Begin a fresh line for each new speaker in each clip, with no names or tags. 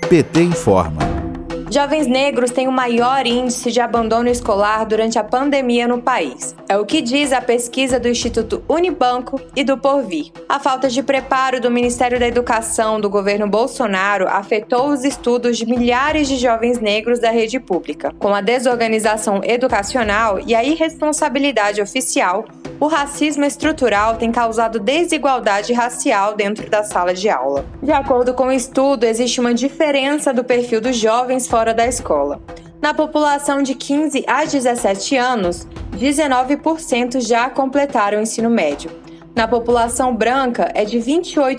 PT informa.
Jovens negros têm o maior índice de abandono escolar durante a pandemia no país. É o que diz a pesquisa do Instituto Unibanco e do Porvir. A falta de preparo do Ministério da Educação do governo Bolsonaro afetou os estudos de milhares de jovens negros da rede pública. Com a desorganização educacional e a irresponsabilidade oficial, o racismo estrutural tem causado desigualdade racial dentro da sala de aula. De acordo com o estudo, existe uma diferença do perfil dos jovens fora da escola. Na população de 15 a 17 anos, 19% já completaram o ensino médio. Na população branca, é de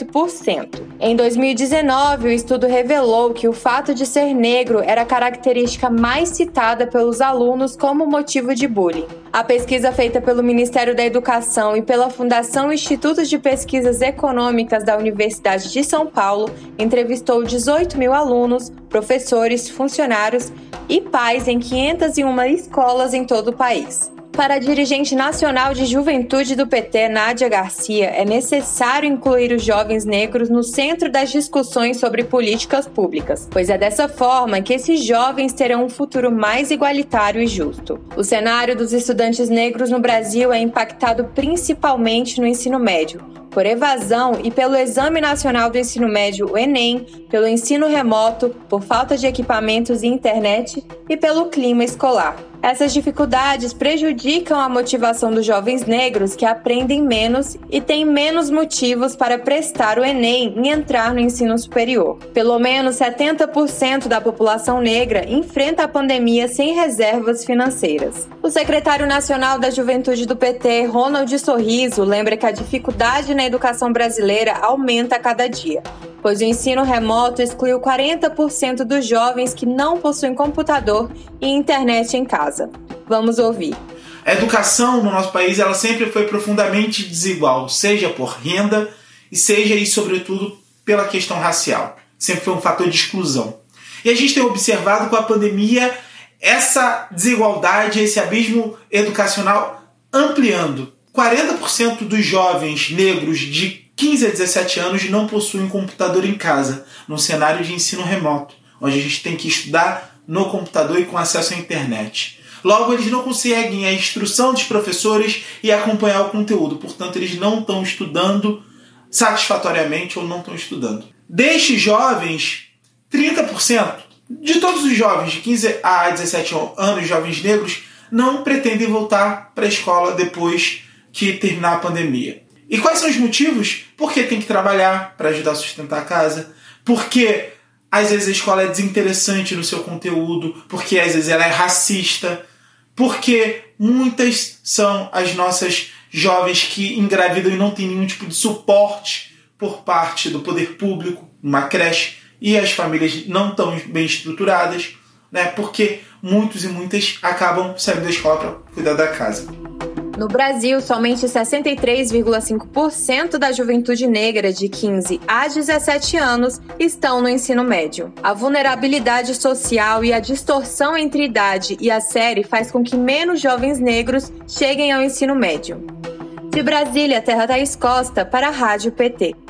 28%. Em 2019, o estudo revelou que o fato de ser negro era a característica mais citada pelos alunos como motivo de bullying. A pesquisa feita pelo Ministério da Educação e pela Fundação Instituto de Pesquisas Econômicas da Universidade de São Paulo entrevistou 18 mil alunos, professores, funcionários e pais em 501 escolas em todo o país. Para a dirigente nacional de juventude do PT, Nádia Garcia, é necessário incluir os jovens negros no centro das discussões sobre políticas públicas, pois é dessa forma que esses jovens terão um futuro mais igualitário e justo. O cenário dos estudantes negros no Brasil é impactado principalmente no ensino médio, por evasão e pelo Exame Nacional do Ensino Médio, o Enem, pelo ensino remoto, por falta de equipamentos e internet e pelo clima escolar. Essas dificuldades prejudicam a motivação dos jovens negros que aprendem menos e têm menos motivos para prestar o Enem e entrar no ensino superior. Pelo menos 70% da população negra enfrenta a pandemia sem reservas financeiras. O secretário nacional da Juventude do PT, Ronald Sorriso, lembra que a dificuldade na educação brasileira aumenta a cada dia, pois o ensino remoto excluiu 40% dos jovens que não possuem computador e internet em casa. Vamos ouvir.
A educação no nosso país ela sempre foi profundamente desigual, seja por renda e seja, e sobretudo, pela questão racial. Sempre foi um fator de exclusão. E a gente tem observado com a pandemia essa desigualdade, esse abismo educacional ampliando. 40% dos jovens negros de 15 a 17 anos não possuem computador em casa, num cenário de ensino remoto, onde a gente tem que estudar no computador e com acesso à internet. Logo, eles não conseguem a instrução dos professores e acompanhar o conteúdo, portanto, eles não estão estudando satisfatoriamente ou não estão estudando. Destes jovens, 30% de todos os jovens de 15 a 17 anos, jovens negros, não pretendem voltar para a escola depois que terminar a pandemia. E quais são os motivos? Porque tem que trabalhar para ajudar a sustentar a casa, porque às vezes a escola é desinteressante no seu conteúdo, porque às vezes ela é racista, porque muitas são as nossas jovens que engravidam e não têm nenhum tipo de suporte por parte do poder público, uma creche, e as famílias não estão bem estruturadas, né? Porque muitos e muitas acabam saindo da escola para cuidar da casa.
No Brasil, somente 63,5% da juventude negra de 15 a 17 anos estão no ensino médio. A vulnerabilidade social e a distorção entre idade e a série faz com que menos jovens negros cheguem ao ensino médio. De Brasília, Terra Thaís Costa, para a Rádio PT.